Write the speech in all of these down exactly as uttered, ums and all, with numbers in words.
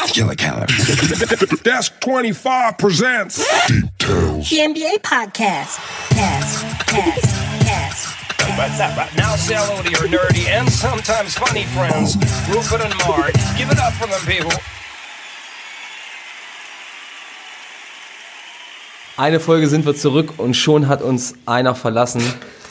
Killer Keller. Desk twenty-five presents Details. The N B A podcast. Cast, cast, cast. What's up? Now say hello to your nerdy and sometimes funny friends, Rupert and Mark. Give it up for them, people. Eine Folge sind wir zurück und schon hat uns einer verlassen.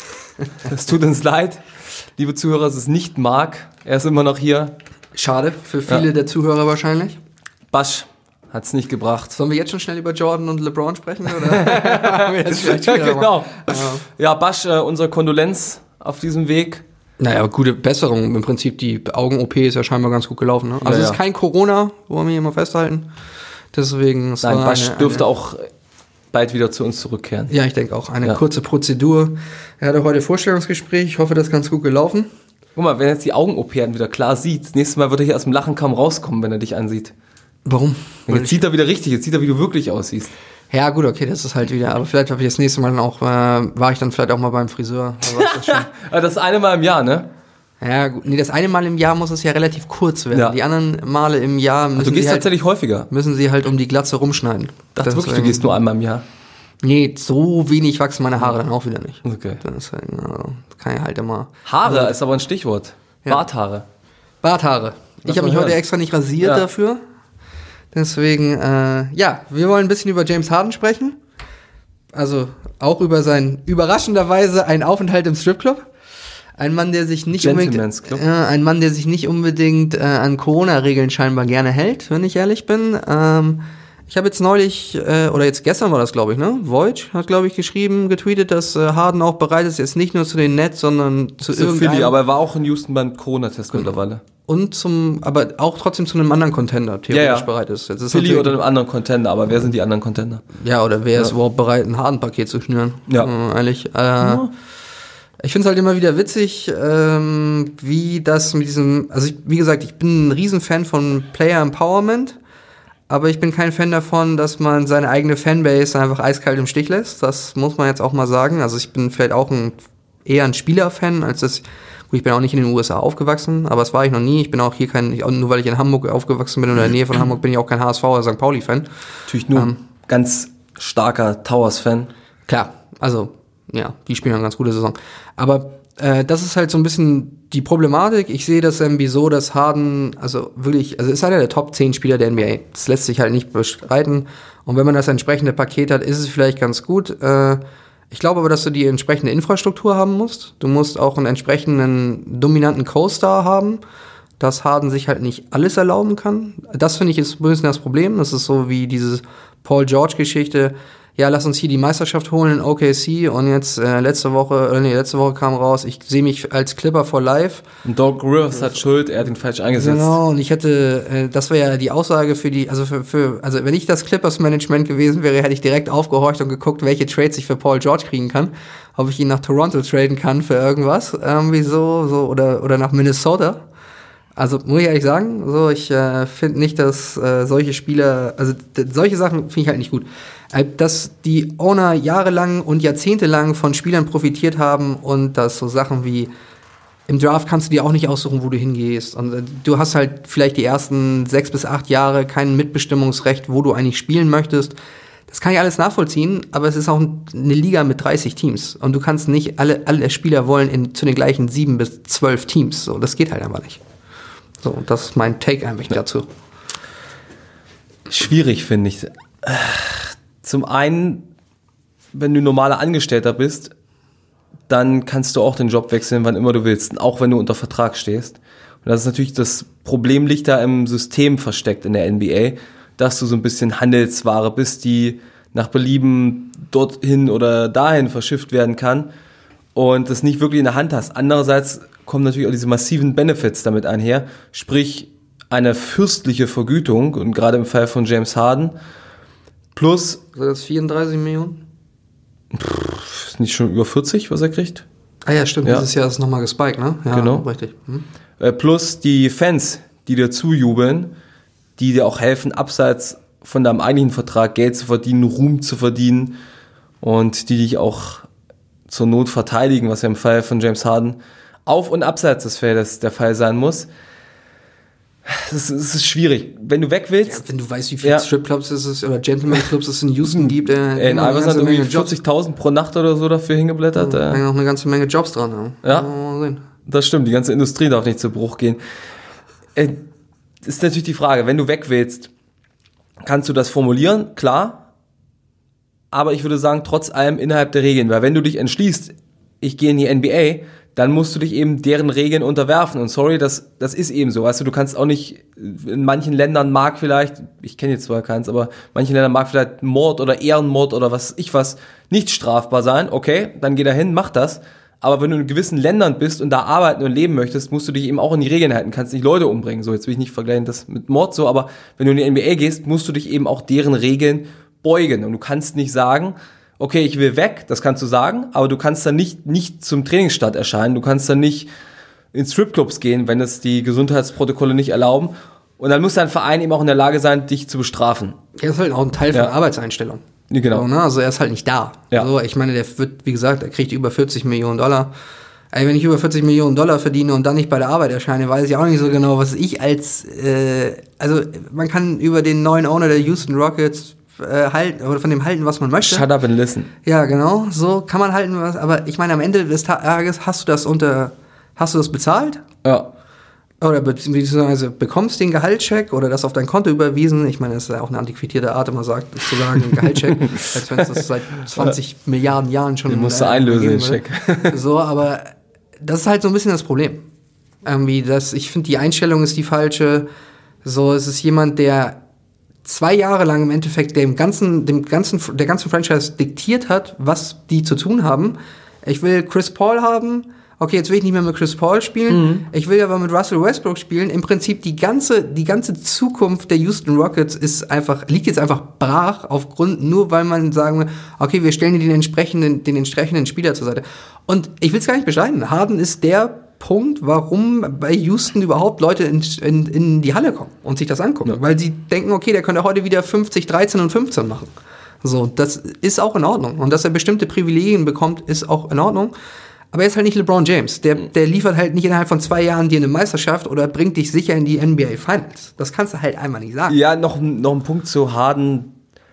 Es tut uns leid, liebe Zuhörer, es ist nicht Marc. Er ist immer noch hier. Schade, für viele Ja. der Zuhörer wahrscheinlich. Basch hat es nicht gebracht. Sollen wir jetzt schon schnell über Jordan und LeBron sprechen? Oder haben wir das vielleicht später Genau. mal? Ja, Basch, äh, unsere Kondolenz auf diesem Weg. Naja, gute Besserung. Im Prinzip, die Augen-O P ist ja scheinbar ganz gut gelaufen. Ne? Also Ja, es ja. ist kein Corona, wollen wir hier mal festhalten. Deswegen, es Nein, war Basch eine, dürfte eine, auch bald wieder zu uns zurückkehren. Ja, ich denke auch. Eine Ja. kurze Prozedur. Er hatte heute Vorstellungsgespräch. Ich hoffe, das ist ganz gut gelaufen. Guck mal, wenn er jetzt die Augen-O P wieder klar sieht, das nächste Mal wird er hier aus dem Lachen kaum rauskommen, wenn er dich ansieht. Warum? Und jetzt sieht er wieder richtig, jetzt sieht er, wie du wirklich aussiehst. Ja, gut, okay, das ist halt wieder. Aber vielleicht habe ich das nächste Mal dann auch, äh, war ich dann vielleicht auch mal beim Friseur. Aber ist das schon. Aber das eine Mal im Jahr, ne? Ja, gut. Nee, das eine Mal im Jahr muss es ja relativ kurz werden. Ja. Die anderen Male im Jahr müssen, Also du gehst sie, halt, tatsächlich häufiger. müssen sie halt um die Glatze rumschneiden. Ich dachte wirklich, du Deswegen- gehst nur einmal im Jahr. Nee, so wenig wachsen meine Haare dann auch wieder nicht. Okay. Deswegen, also, kann ich halt immer. Haare ist aber ein Stichwort. Ja. Barthaare. Barthaare. Lass Ich habe mal mich heute hören. extra nicht rasiert Ja. dafür. Deswegen, äh, ja, wir wollen ein bisschen über James Harden sprechen. Also auch über seinen, überraschenderweise, einen Aufenthalt im Stripclub. Ein Mann, der sich nicht Gentleman's unbedingt, Club. äh, ein Mann, der sich nicht unbedingt äh, an Corona-Regeln scheinbar gerne hält, wenn ich ehrlich bin. Ähm, ich habe jetzt neulich, äh, oder jetzt gestern war das, glaube ich, ne? Voigt hat, glaube ich, geschrieben, getweetet, dass äh, Harden auch bereit ist, jetzt nicht nur zu den Nets, sondern zu Zu irgendeinem Philly, aber er war auch in Houston beim Corona-Test mittlerweile. und zum, aber auch trotzdem zu einem anderen Contender theoretisch Ja, ja. bereit ist. Jetzt ist Philly natürlich- oder einem anderen Contender, aber wer sind die anderen Contender? Ja, oder wer ist überhaupt bereit, ein Harden-Paket zu schnüren? Ja. Äh, ehrlich. Äh, Ich finde es halt immer wieder witzig, ähm, wie das mit diesem, also ich, wie gesagt, ich bin ein Riesenfan von Player Empowerment, aber ich bin kein Fan davon, dass man seine eigene Fanbase einfach eiskalt im Stich lässt. Das muss man jetzt auch mal sagen. Also ich bin vielleicht auch ein, eher ein Spielerfan, als das, gut, ich bin auch nicht in den U S A aufgewachsen, aber das war ich noch nie. Ich bin auch hier kein, nur weil ich in Hamburg aufgewachsen bin oder in der Nähe von Hamburg, bin ich auch kein H S V oder Sankt Pauli-Fan. Natürlich nur Ähm. ein ganz starker Towers-Fan. Klar, also, ja, die spielen eine ganz gute Saison. Aber äh, das ist halt so ein bisschen die Problematik. Ich sehe das irgendwie so, dass Harden, also wirklich, also ist einer der Top zehn Spieler der N B A. Das lässt sich halt nicht bestreiten. Und wenn man das entsprechende Paket hat, ist es vielleicht ganz gut. Äh, ich glaube aber, dass du die entsprechende Infrastruktur haben musst. Du musst auch einen entsprechenden dominanten Co-Star haben, dass Harden sich halt nicht alles erlauben kann. Das finde ich ist ein bisschen das Problem. Das ist so wie diese Paul George-Geschichte. Ja, lass uns hier die Meisterschaft holen in O K C und jetzt äh, letzte Woche, oder nee, letzte Woche kam raus, ich sehe mich als Clipper for life. Und Doc Rivers hat Schuld, er hat ihn falsch eingesetzt. Genau, und ich hätte, äh, das wäre ja die Aussage für die, also für, für, also wenn ich das Clippers-Management gewesen wäre, hätte ich direkt aufgehorcht und geguckt, welche Trades ich für Paul George kriegen kann, ob ich ihn nach Toronto traden kann für irgendwas, irgendwie so, so, oder, oder nach Minnesota. Also muss ich ehrlich sagen, so ich äh, finde nicht, dass äh, solche Spieler, also d- solche Sachen finde ich halt nicht gut. Äh, dass die Owner jahrelang und jahrzehntelang von Spielern profitiert haben und dass so Sachen wie im Draft kannst du dir auch nicht aussuchen, wo du hingehst. Und äh, du hast halt vielleicht die ersten sechs bis acht Jahre kein Mitbestimmungsrecht, wo du eigentlich spielen möchtest. Das kann ich alles nachvollziehen, aber es ist auch eine Liga mit dreißig Teams. Und du kannst nicht, alle, alle Spieler wollen in, zu den gleichen sieben bis zwölf Teams. So, das geht halt einfach nicht. So, das ist mein Take einfach dazu. Schwierig, finde ich. Zum einen, wenn du normaler Angestellter bist, dann kannst du auch den Job wechseln, wann immer du willst, auch wenn du unter Vertrag stehst. Und das ist natürlich das Problem, liegt da im System versteckt in der N B A, dass du so ein bisschen Handelsware bist, die nach Belieben dorthin oder dahin verschifft werden kann und das nicht wirklich in der Hand hast. Andererseits kommen natürlich auch diese massiven Benefits damit einher, sprich eine fürstliche Vergütung und gerade im Fall von James Harden plus, Sind das vierunddreißig Millionen? ist nicht schon über vierzig, was er kriegt? Ah ja, stimmt, Ja. dieses Jahr ist es nochmal gespiked, ne? Ja, Genau. richtig. Hm. Äh, plus die Fans, die dir zujubeln, die dir auch helfen, abseits von deinem eigentlichen Vertrag Geld zu verdienen, Ruhm zu verdienen und die dich auch zur Not verteidigen, was ja im Fall von James Harden auf und abseits des Feldes der Fall sein muss. Das ist, das ist schwierig. Wenn du weg willst. Ja, wenn du weißt, wie viele Ja. Stripclubs es ist oder Gentleman-Clubs es in Houston gibt, äh, Ey, in hängen noch eine Iverson hat ganze irgendwie Menge Jobs, vierzigtausend pro Nacht oder so dafür hingeblättert. da Äh. hängen noch eine ganze Menge Jobs dran. Ja. Ja. Mal sehen. Das stimmt, die ganze Industrie darf nicht zu Bruch gehen. Äh, ist natürlich die Frage, wenn du weg willst, kannst du das formulieren? Klar. Aber ich würde sagen, trotz allem innerhalb der Regeln. Weil wenn du dich entschließt, ich gehe in die N B A, dann musst du dich eben deren Regeln unterwerfen. Und sorry, das, das ist eben so. Weißt du, du kannst auch nicht, in manchen Ländern mag vielleicht, ich kenne jetzt zwar keins, aber in manchen Ländern mag vielleicht Mord oder Ehrenmord oder was weiß ich was nicht strafbar sein. Okay, dann geh da hin, mach das. Aber wenn du in gewissen Ländern bist und da arbeiten und leben möchtest, musst du dich eben auch in die Regeln halten. Kannst nicht Leute umbringen. So, jetzt will ich nicht vergleichen das mit Mord so, aber wenn du in die N B A gehst, musst du dich eben auch deren Regeln beugen. Und du kannst nicht sagen, okay, ich will weg, das kannst du sagen, aber du kannst dann nicht, nicht zum Trainingsstart erscheinen. Du kannst dann nicht in Stripclubs gehen, wenn es die Gesundheitsprotokolle nicht erlauben. Und dann muss dein Verein eben auch in der Lage sein, dich zu bestrafen. Er ist halt auch ein Teil von Ja. Arbeitseinstellung. Genau. So, ne? Also er ist halt nicht da. Ja. So, ich meine, der wird, wie gesagt, er kriegt über vierzig Millionen Dollar. Ey, wenn ich über vierzig Millionen Dollar verdiene und dann nicht bei der Arbeit erscheine, weiß ich auch nicht so genau, was ich als, äh, also man kann über den neuen Owner der Houston Rockets äh, halten, oder von dem halten, was man möchte. Shut up and listen. Ja, genau, so kann man halten, was, aber ich meine, am Ende des Tages hast du das unter, hast du das bezahlt? Ja. Oder beziehungsweise bekommst den Gehaltscheck oder das auf dein Konto überwiesen. Ich meine, das ist ja auch eine antiquierte Art, immer sagt, zu sagen, Gehaltscheck, als wenn es das seit zwanzig Milliarden Jahren schon Den musst du äh, einlösen, geben den würde. Check. So, aber das ist halt so ein bisschen das Problem. Irgendwie, das, ich finde, die Einstellung ist die falsche. So, es ist jemand, der zwei Jahre lang im Endeffekt dem ganzen, dem ganzen, der ganzen Franchise diktiert hat, was die zu tun haben. Ich will Chris Paul haben. Okay, jetzt will ich nicht mehr mit Chris Paul spielen. Mhm. Ich will aber mit Russell Westbrook spielen. Im Prinzip die ganze, die ganze Zukunft der Houston Rockets ist einfach, liegt jetzt einfach brach aufgrund, nur weil man sagen will, okay, wir stellen dir den entsprechenden, den entsprechenden Spieler zur Seite. Und ich will es gar nicht bestreiten. Harden ist der Punkt, warum bei Houston überhaupt Leute in, in, in die Halle kommen und sich das angucken. Ja. Weil sie denken, okay, der könnte heute wieder fünfzig, dreizehn und fünfzehn machen. So, das ist auch in Ordnung. Und dass er bestimmte Privilegien bekommt, ist auch in Ordnung. Aber er ist halt nicht LeBron James. Der, der liefert halt nicht innerhalb von zwei Jahren dir eine Meisterschaft oder bringt dich sicher in die N B A Finals. Das kannst du halt einmal nicht sagen. Ja, noch, noch ein Punkt zu Harden.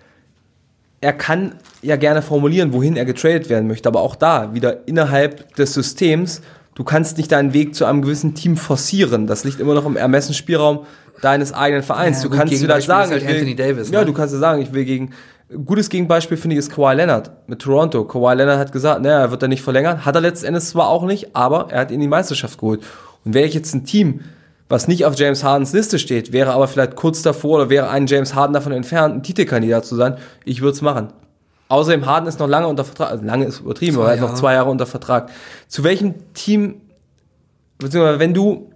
Er kann ja gerne formulieren, wohin er getradet werden möchte, aber auch da, wieder innerhalb des Systems, du kannst nicht deinen Weg zu einem gewissen Team forcieren. Das liegt immer noch im Ermessensspielraum deines eigenen Vereins. Ja, du kannst wieder sagen, halt ich will, Anthony Davis, ja, ne? du kannst ja sagen, ich will gegen, gutes Gegenbeispiel finde ich ist Kawhi Leonard mit Toronto. Kawhi Leonard hat gesagt, naja, er wird da nicht verlängern, hat er letzten Endes zwar auch nicht, aber er hat ihn die Meisterschaft geholt. Und wäre ich jetzt ein Team, was nicht auf James Hardens Liste steht, wäre aber vielleicht kurz davor oder wäre ein James Harden davon entfernt, ein Titelkandidat zu sein, ich würde es machen. Außerdem Harden ist noch lange unter Vertrag, also lange ist übertrieben, Zwei aber er ist Jahre. noch zwei Jahre unter Vertrag. Zu welchem Team, beziehungsweise wenn du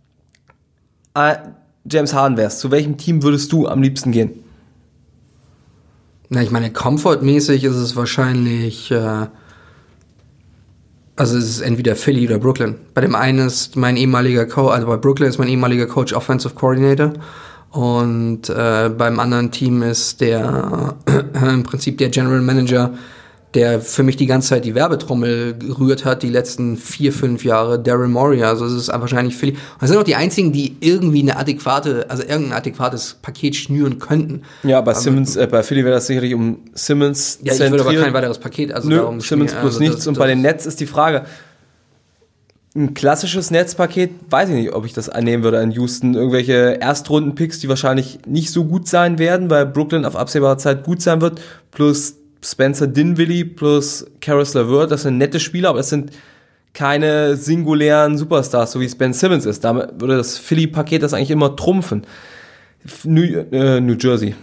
äh, James Harden wärst, zu welchem Team würdest du am liebsten gehen? Na, ich meine, komfortmäßig ist es wahrscheinlich, äh, also es ist entweder Philly oder Brooklyn. Bei dem einen ist mein ehemaliger Coach, also bei Brooklyn ist mein ehemaliger Coach Offensive Coordinator und äh, beim anderen Team ist der äh, im Prinzip der General Manager, der für mich die ganze Zeit die Werbetrommel gerührt hat, die letzten vier, fünf Jahre, Daryl Morey, also es ist wahrscheinlich Philly. Und das sind auch die einzigen, die irgendwie eine adäquate, also irgendein adäquates Paket schnüren könnten. Ja, bei aber, Simmons, äh, bei Philly wäre das sicherlich um Simmons Ja, ich würde aber kein weiteres Paket, also Nö, darum Simmons schmieren, plus also nichts. das- Und das- bei den Nets ist die Frage, ein klassisches Netzpaket, weiß ich nicht, ob ich das annehmen würde in Houston. Irgendwelche Erstrunden-Picks, die wahrscheinlich nicht so gut sein werden, weil Brooklyn auf absehbare Zeit gut sein wird, plus Spencer Dinwiddie plus Caris LeVert, das sind nette Spieler, aber das sind keine singulären Superstars, so wie es Ben Simmons ist. Damit würde das Philly-Paket das eigentlich immer trumpfen. New, äh, New Jersey.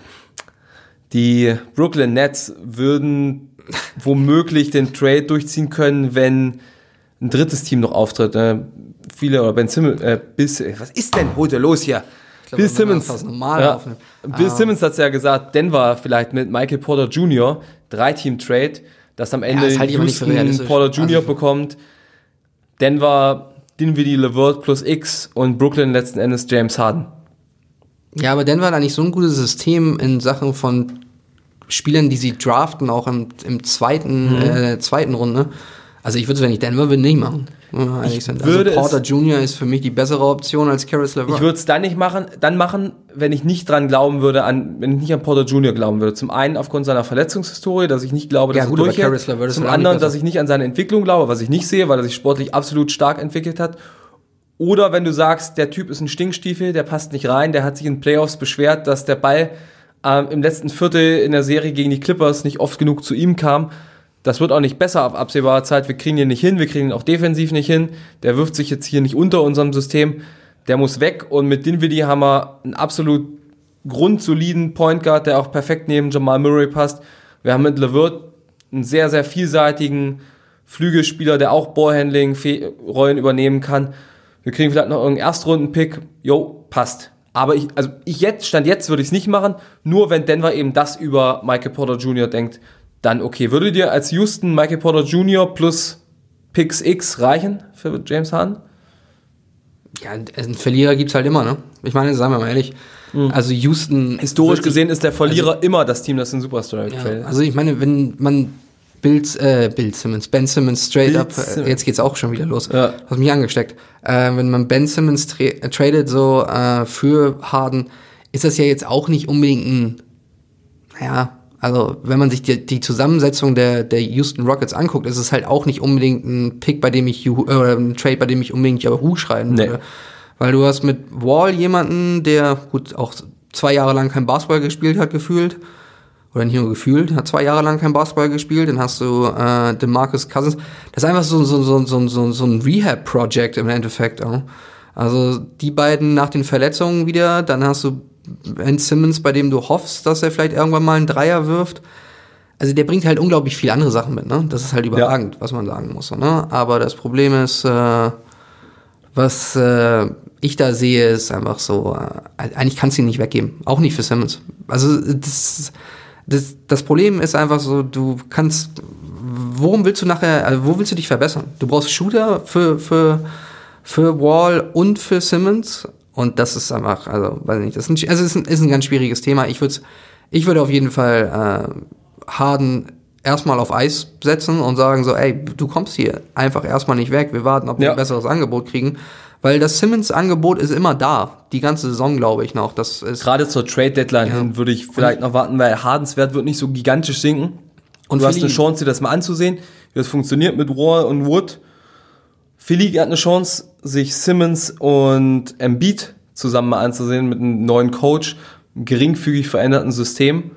Die Brooklyn Nets würden womöglich den Trade durchziehen können, wenn ein drittes Team noch auftritt. Äh, viele, oder Ben Simmons, äh, bis, was ist denn heute los hier? Ich Bill glaube, wenn man Simmons. das normal Ja. aufnimmt. Bill Ah. Simmons hat es ja gesagt, Denver vielleicht mit Michael Porter Junior, Drei-Team-Trade, das am Ende das halte ich aber nicht für Houston realistisch. Porter Junior Also- bekommt. Denver, Dinwiddie, LeVert plus X und Brooklyn letzten Endes James Harden. Ja, aber Denver hat eigentlich so ein gutes System in Sachen von Spielern, die sie draften, auch im, im zweiten, Mhm. äh, zweiten Runde. Also ich würde es, wenn ich Denver bin, nicht machen. Ich würde also Porter es- Junior ist für mich die bessere Option als Caris LeVert. Ich würde es dann nicht machen, dann machen, wenn ich nicht dran glauben würde, an, wenn ich nicht an Porter Junior glauben würde. Zum einen aufgrund seiner Verletzungshistorie, dass ich nicht glaube, dass Ja, er gut, aber durchhält. Caris LeVert ist Zum halt auch nicht anderen, besser. dass ich nicht an seine Entwicklung glaube, was ich nicht sehe, weil er sich sportlich absolut stark entwickelt hat. Oder wenn du sagst, der Typ ist ein Stinkstiefel, der passt nicht rein, der hat sich in den Playoffs beschwert, dass der Ball ähm, im letzten Viertel in der Serie gegen die Clippers nicht oft genug zu ihm kam. Das wird auch nicht besser auf absehbare Zeit. Wir kriegen ihn nicht hin, wir kriegen ihn auch defensiv nicht hin. Der wirft sich jetzt hier nicht unter unserem System. Der muss weg. Und mit Dinwiddie haben wir einen absolut grundsoliden Point Guard, der auch perfekt neben Jamal Murray passt. Wir haben mit LeVert einen sehr, sehr vielseitigen Flügelspieler, der auch Ballhandling-Rollen übernehmen kann. Wir kriegen vielleicht noch irgendeinen Erstrunden-Pick. Jo, passt. Aber ich, also ich jetzt, Stand jetzt würde ich es nicht machen. Nur wenn Denver eben das über Michael Porter Junior denkt, dann okay. Würde dir als Houston Michael Porter Junior plus Picks X reichen für James Harden? Ja, einen Verlierer gibt's halt immer, ne? Ich meine, sagen wir mal ehrlich, also Houston... Historisch wird sich- gesehen ist der Verlierer immer das Team, das den Superstar Ja, tradet. also ich meine, wenn man Bill, äh, Bill Simmons, Ben Simmons straight Bill up, Simmons. äh, jetzt geht's auch schon wieder los, Ja. hast mich angesteckt. Äh, wenn man Ben Simmons tra- äh, tradet so äh, für Harden, ist das ja jetzt auch nicht unbedingt ein, naja, also wenn man sich die, die Zusammensetzung der, der Houston Rockets anguckt, ist es halt auch nicht unbedingt ein Pick, bei dem ich, Juhu- äh, oder ein Trade, bei dem ich unbedingt Juhu schreien Nee. würde. Weil du hast mit Wall jemanden, der gut auch zwei Jahre lang kein Basketball gespielt hat, gefühlt. Oder nicht nur gefühlt, hat zwei Jahre lang kein Basketball gespielt. Dann hast du äh, DeMarcus Cousins. Das ist einfach so, so, so, so, so, so ein Rehab-Project im Endeffekt. Auch. Also die beiden nach den Verletzungen wieder. Dann hast du Ben Simmons, bei dem du hoffst, dass er vielleicht irgendwann mal einen Dreier wirft. Also der bringt halt unglaublich viele andere Sachen mit. Ne? Das ist halt überragend, was man sagen muss. Ne? Aber das Problem ist, äh, was äh, ich da sehe, ist einfach so, äh, eigentlich kannst du ihn nicht weggeben. Auch nicht für Simmons. Also das, das, das Problem ist einfach so, du kannst, worum willst du nachher, also wo willst du dich verbessern? Du brauchst Shooter für, für, für Wall und für Simmons. Und das ist einfach, also, weiß ich nicht, das ist ein, also ist ein, ist ein ganz schwieriges Thema. Ich würde ich würde auf jeden Fall äh, Harden erstmal auf Eis setzen und sagen so, ey, du kommst hier einfach erstmal nicht weg. Wir warten, ob wir Ja. ein besseres Angebot kriegen. Weil das Simmons-Angebot ist immer da. Die ganze Saison, glaube ich, noch. Das ist Gerade zur Trade-Deadline Ja. hin würde ich vielleicht noch warten, weil Hardens Wert wird nicht so gigantisch sinken. Und du hast Philly- eine Chance, dir das mal anzusehen, wie das funktioniert mit Wall und Wood. Philly hat eine Chance, sich Simmons und Embiid zusammen mal anzusehen mit einem neuen Coach, einem geringfügig veränderten System.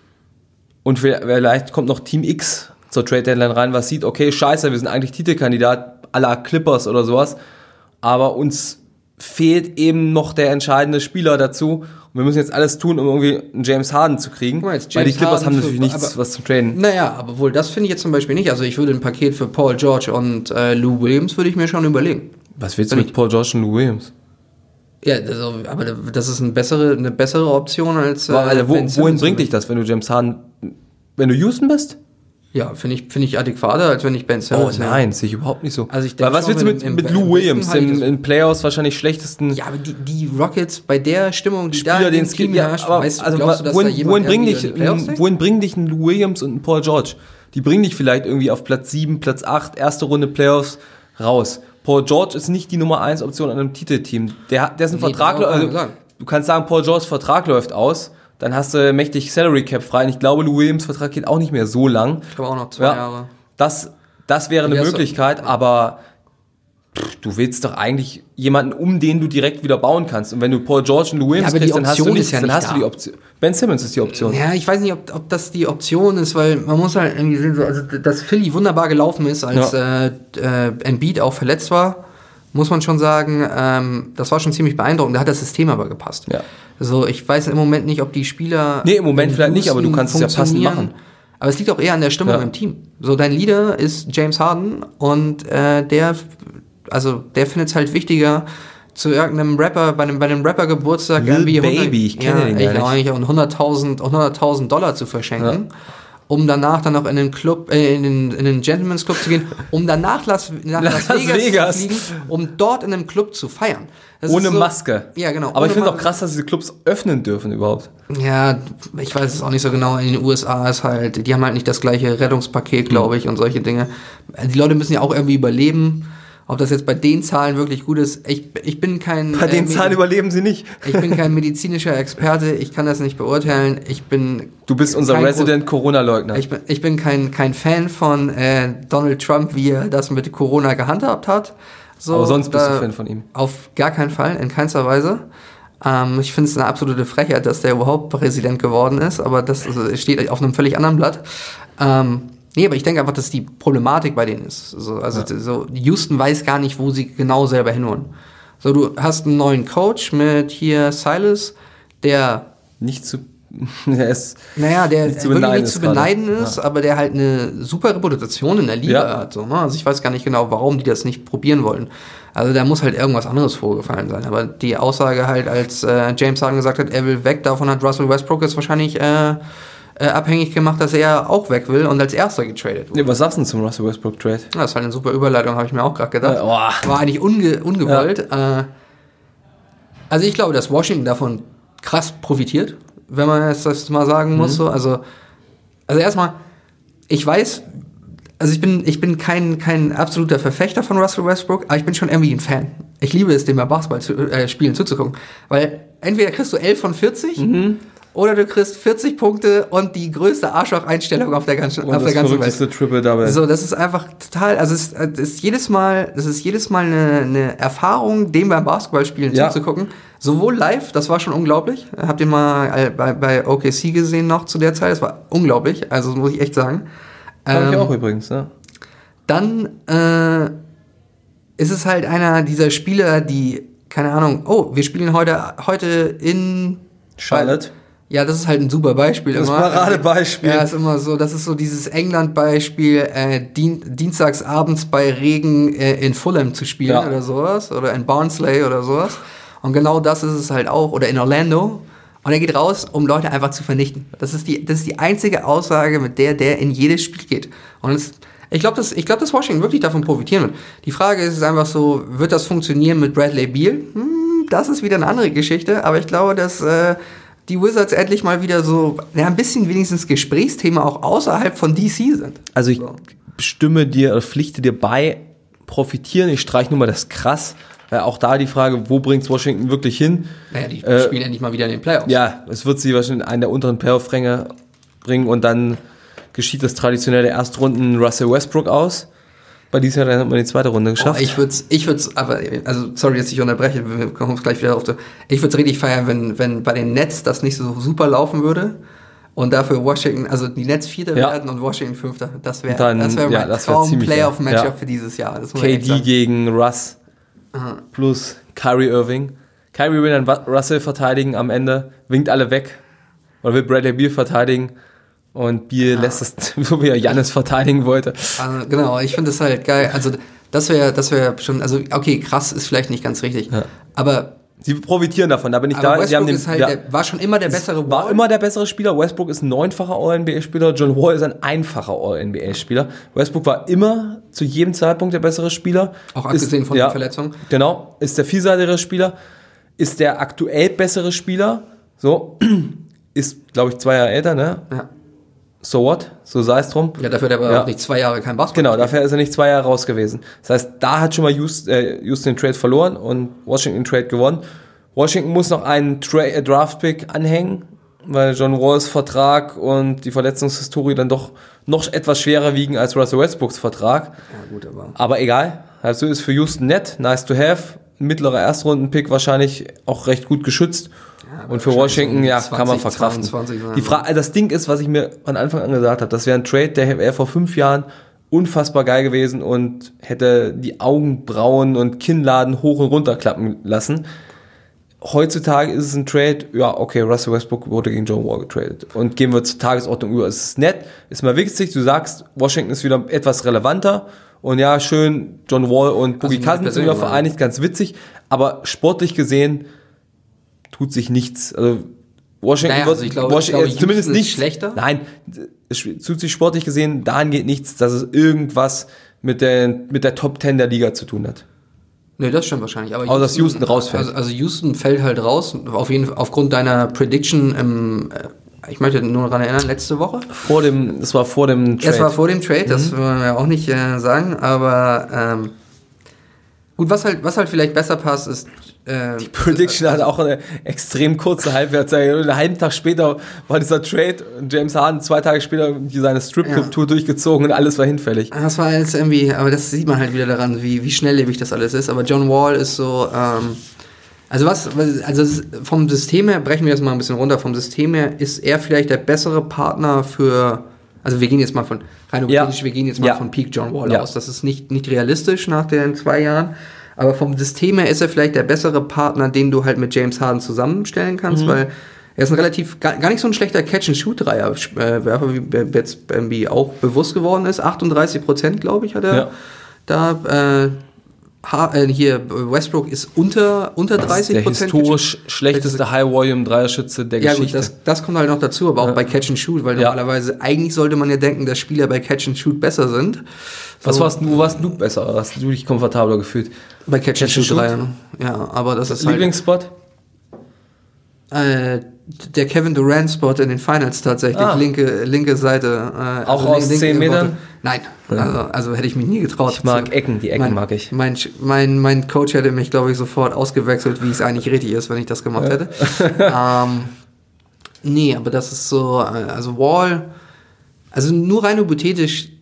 Und vielleicht kommt noch Team X zur Trade-Deadline rein, was sieht, okay, scheiße, wir sind eigentlich Titelkandidat à la Clippers oder sowas, aber uns fehlt eben noch der entscheidende Spieler dazu. Und wir müssen jetzt alles tun, um irgendwie einen James Harden zu kriegen. Guck mal, jetzt Weil die James Clippers Harden haben für- natürlich nichts, aber- was zum Traden. Naja, aber wohl, das finde ich jetzt zum Beispiel nicht. Also ich würde ein Paket für Paul George und äh, Lou Williams würde ich mir schon überlegen. Was willst du Wenn mit Paul George und Lou Williams? Ja, also, aber das ist eine bessere, eine bessere Option als äh, Also, wo, Ben wohin Simmons. bringt dich das, wenn du James Harden, wenn du Houston bist? Ja, finde ich, finde ich adäquater, als wenn ich Ben Simmons Oh nehme. nein, sehe ich überhaupt nicht so. Also ich denk Weil was schon, willst du wenn mit, im- mit im Lou Westen Williams, halte ich im, das- in Playoffs wahrscheinlich schlechtesten Ja, aber die, die Rockets bei der Stimmung, die da Spieler, in den dem es Team gibt? Ja, herrscht, aber weißt du, also, glaubst du, dass wohin, da jemand wohin, bringen irgendwie dich, in die Playoffs denkt? wohin bringen dich ein Lou Williams und ein Paul George? Die bringen dich vielleicht irgendwie auf Platz sieben, Platz acht, erste Runde Playoffs raus. Paul George ist nicht die Nummer eins Option an einem Titelteam. Der hat, dessen Nee, Vertrag, das kann man also, sagen. du kannst sagen, Paul George's Vertrag läuft aus, dann hast du mächtig Salary Cap frei. Und ich glaube, Lou Williams Vertrag geht auch nicht mehr so lang. Ich glaube auch noch zwei Ja. Jahre. Das, das wäre eine Ja, so- Möglichkeit, aber pff, du willst doch eigentlich jemanden, um den du direkt wieder bauen kannst. Und wenn du Paul George und Lou Williams Ja, aber die kriegst, dann hast du Option nichts, ist ja dann nicht hast du da. die Option. Ben Simmons ist die Option. Ja, ich weiß nicht, ob, ob das die Option ist, weil man muss halt irgendwie sehen, so, also dass Philly wunderbar gelaufen ist, als Ja. äh, äh, Embiid auch verletzt war, muss man schon sagen, ähm, das war schon ziemlich beeindruckend. Da hat das System aber gepasst. Ja. Also ich weiß im Moment nicht, ob die Spieler Nee, im Moment in vielleicht nicht, aber du Houston kannst es ja passend funktionieren. machen. Aber es liegt auch eher an der Stimmung Ja. im Team. So, dein Leader ist James Harden und äh, der, also der findet es halt wichtiger, zu irgendeinem Rapper, bei einem, bei einem Rapper-Geburtstag Lil irgendwie Baby, ich kenne ja, den ich gar auch nicht. nicht, und hunderttausend hunderttausend Dollar zu verschenken. um danach dann noch in den Club, äh, in den, in den Gentleman's Club zu gehen, um dann nach Las, nach Las, Las Vegas, Vegas. zu fliegen, um dort in einem Club zu feiern. Das Ohne ist so, Maske. Ja, genau. Aber ich finde es Mas- auch krass, dass diese Clubs öffnen dürfen überhaupt. Ja, ich weiß es auch nicht so genau. In den U S A ist halt, die haben halt nicht das gleiche Rettungspaket, glaube ich, und solche Dinge. Die Leute müssen ja auch irgendwie überleben. Ob das jetzt bei den Zahlen wirklich gut ist, ich, ich bin kein... Bei den äh, Zahlen Medi- überleben sie nicht. Ich bin kein medizinischer Experte, ich kann das nicht beurteilen. Ich bin... Du bist unser kein Resident Corona-Leugner. Ich bin, ich bin kein, kein Fan von äh, Donald Trump, wie er das mit Corona gehandhabt hat. So, Aber sonst bist da- du Fan von ihm. Auf gar keinen Fall, in keinster Weise. Ähm, ich finde es eine absolute Frechheit, dass der überhaupt Präsident geworden ist, aber das also, steht auf einem völlig anderen Blatt. Ähm, nee, aber ich denke einfach, dass die Problematik bei denen ist. So, also Ja. so, Houston weiß gar nicht, wo sie genau selber hinwollen. So, du hast einen neuen Coach mit hier Silas, der Nicht zu... er ist naja, der nicht zu wirklich beneiden nicht zu ist gerade. beneiden ist, Ja. aber der halt eine super Reputation in der Liga Ja. hat. So, ne? Also ich weiß gar nicht genau, warum die das nicht probieren wollen. Also da muss halt irgendwas anderes vorgefallen sein. Aber die Aussage halt, als äh, James Harden gesagt hat, er will weg, davon hat Russell Westbrook jetzt wahrscheinlich äh, äh, abhängig gemacht, dass er auch weg will und als erster getradet wurde. Ja, was sagst du denn zum Russell Westbrook-Trade? Ja, das ist halt eine super Überleitung, habe ich mir auch gerade gedacht. Ja, boah. War eigentlich unge ungewollt. Äh, also ich glaube, dass Washington davon krass profitiert, wenn man jetzt das mal sagen muss. So. Also, also erstmal, ich weiß, also ich bin, ich bin kein, kein absoluter Verfechter von Russell Westbrook, aber ich bin schon irgendwie ein Fan. Ich liebe es, dem bei Basketball zu, äh, spielen zuzugucken. Weil entweder kriegst du elf von vierzig oder du kriegst vierzig Punkte und die größte Arschloch-Einstellung auf der ganzen, Und auf der das ganzen Welt. verrückteste Triple-Double. So, das ist einfach total, also es ist, es ist jedes Mal, das ist jedes Mal eine, eine Erfahrung, dem beim Basketballspielen Ja. zuzugucken. Sowohl live, das war schon unglaublich. Habt ihr mal bei, bei O K C gesehen noch zu der Zeit? Das war unglaublich, also das muss ich echt sagen. Hab ich Ähm, auch übrigens, ne? Dann äh, ist es halt einer dieser Spieler, die, keine Ahnung, oh, wir spielen heute, heute in Charlotte. Ja, das ist halt ein super Beispiel. Das immer. Paradebeispiel. Ja, ist immer so, das ist so dieses England-Beispiel, äh, dien, dienstags abends bei Regen äh, in Fulham zu spielen Ja. oder sowas. Oder in Barnsley oder sowas. Und genau das ist es halt auch. Oder in Orlando. Und er geht raus, um Leute einfach zu vernichten. Das ist die, das ist die einzige Aussage, mit der der in jedes Spiel geht. Und es, ich glaube, dass, ich glaub, dass Washington wirklich davon profitieren wird. Die Frage ist einfach so, wird das funktionieren mit Bradley Beal? Hm, das ist wieder eine andere Geschichte. Aber ich glaube, dass äh, die Wizards endlich mal wieder so, ja, ein bisschen wenigstens Gesprächsthema auch außerhalb von D C sind. Also ich So. stimme dir oder pflichte dir bei, profitieren. Ich streiche nur mal das krass. Weil auch da die Frage, wo bringt's Washington wirklich hin? Naja, die Äh, spielen endlich mal wieder in den Playoffs. Ja, es wird sie wahrscheinlich in einen der unteren Playoff-Ränge bringen und dann geschieht das traditionelle Erstrunden Russell Westbrook aus. Bei diesem Jahr dann hat man die zweite Runde Oh, geschafft. ich würde ich würde aber, also sorry, dass ich unterbreche, wir kommen gleich wieder auf. die- Ich würde es richtig feiern, wenn, wenn bei den Nets das nicht so super laufen würde und dafür Washington, also die Nets Vierter Ja. werden und Washington Fünfter. Das wäre Dann- das wäre ja, mein das wär ziemlich geil. Traum-Playoff-Matchup Ja. für dieses Jahr. Das muss ich K echt D sagen. gegen Russ plus Kyrie Irving. Kyrie will dann Wa- Russell verteidigen am Ende, winkt alle weg. Oder will Bradley Beal verteidigen. Und Beal lässt es, so wie er Giannis verteidigen wollte. Also, genau, ich finde das halt geil. Also das wäre das wäre schon, also okay, krass ist vielleicht nicht ganz richtig, Ja. aber Sie profitieren davon, da bin ich Aber da. Westbrook Sie haben den, ist halt ja, der, war schon immer der bessere war Wall. immer der bessere Spieler. Westbrook ist ein neunfacher All-N B A-Spieler. John Wall ist ein einfacher All-N B A-Spieler. Westbrook war immer zu jedem Zeitpunkt der bessere Spieler. Auch abgesehen ist, von ja, den Verletzungen. Genau. Ist der vielseitigere Spieler. Ist der aktuell bessere Spieler. So. Ist, glaube ich, zwei Jahre älter, ne? Ja. So what? So sei es drum. Ja, dafür hat er aber Ja. auch nicht zwei Jahre kein Basketball. Genau, dafür ist er nicht zwei Jahre raus gewesen. Das heißt, da hat schon mal Houston, äh, Houston den Trade verloren und Washington den Trade gewonnen. Washington muss noch einen Tra- äh, Draft-Pick anhängen, weil John Walls Vertrag und die Verletzungshistorie dann doch noch etwas schwerer wiegen als Russell Westbrooks Vertrag. Ja, gut, aber Aber egal, also ist für Houston nett, nice to have. Ein mittlerer Erstrunden-Pick wahrscheinlich auch recht gut geschützt. aber Und für wahrscheinlich Washington, so ja, zwanzig, kann man verkraften. zweiundzwanzig sein, Die Fra- also das Ding ist, was ich mir von Anfang an gesagt habe, das wäre ein Trade, der wäre vor fünf Jahren unfassbar geil gewesen und hätte die Augenbrauen und Kinnladen hoch und runter klappen lassen. Heutzutage ist es ein Trade, ja, okay, Russell Westbrook wurde gegen John Wall getradet. Und gehen wir zur Tagesordnung über. Es ist nett, ist mal wichtig, du sagst, Washington ist wieder etwas relevanter. Und ja, schön, John Wall und Boogie Also, Cousins sind wieder persönlich vereinigt, ganz witzig. Aber sportlich gesehen tut sich nichts. Also Washington Naja, wird, also ich glaube- Washington, ich glaube, zumindest Houston ist nicht schlechter. Nein, es tut sich sportlich gesehen dahingehend nichts, dass es irgendwas mit der, mit der Top Ten der Liga zu tun hat. Nee, das stimmt wahrscheinlich. Aber Außer dass Houston rausfällt. Also, also Houston fällt halt raus, auf jeden Fall aufgrund deiner Prediction im, ich möchte nur daran erinnern, letzte Woche. Vor dem, das war vor dem Trade. Das war vor dem Trade, das Mhm. wollen wir auch nicht äh, sagen, aber ähm, gut, was halt, was halt vielleicht besser passt, ist äh, Die Prediction hatte auch eine extrem kurze Halbwertszeit. Einen halben Tag später war dieser Trade und James Harden zwei Tage später seine Strip-Club-Tour ja. durchgezogen und alles war hinfällig. Das war jetzt irgendwie, aber das sieht man halt wieder daran, wie, wie schnelllebig das alles ist. Aber John Wall ist so, ähm, also was, also vom System her, brechen wir das mal ein bisschen runter, vom System her ist er vielleicht der bessere Partner für, also wir gehen jetzt mal von, rein optisch, ja. wir gehen jetzt mal ja. von Peak John Wall ja. aus. Das ist nicht, nicht realistisch nach den zwei Jahren. Aber vom System her ist er vielleicht der bessere Partner, den du halt mit James Harden zusammenstellen kannst, mhm. weil er ist ein relativ, gar, gar nicht so ein schlechter Catch-and-Shoot-Dreier-Werfer, wie jetzt irgendwie auch bewusst geworden ist. achtunddreißig Prozent, glaube ich, hat er ja. da. Äh, ha, äh, hier, Westbrook ist unter, unter dreißig Prozent. Der historisch schlechteste High-Volume-Dreierschütze der ja, Geschichte. Ja gut, das, das kommt halt noch dazu, aber auch ja. bei Catch-and-Shoot, weil ja. normalerweise, eigentlich sollte man ja denken, dass Spieler bei Catch-and-Shoot besser sind. Was so. warst du, wo warst du besser? Hast du dich komfortabler gefühlt? Bei Catch-and-Shoot-Dreier, ne? Ja, aber das ist halt... Lieblingsspot? Äh, der Kevin Durant-Spot in den Finals tatsächlich, ah. linke, linke Seite. Äh, Auch also aus linke, zehn Metern? Nein, also, also hätte ich mich nie getraut. Ich mag Ecken, die Ecken mein, mag ich. Mein, mein, mein Coach hätte mich, glaube ich, sofort ausgewechselt, wie es eigentlich richtig ist, wenn ich das gemacht ja. hätte. ähm, nee, aber das ist so, also Wall, also nur rein hypothetisch,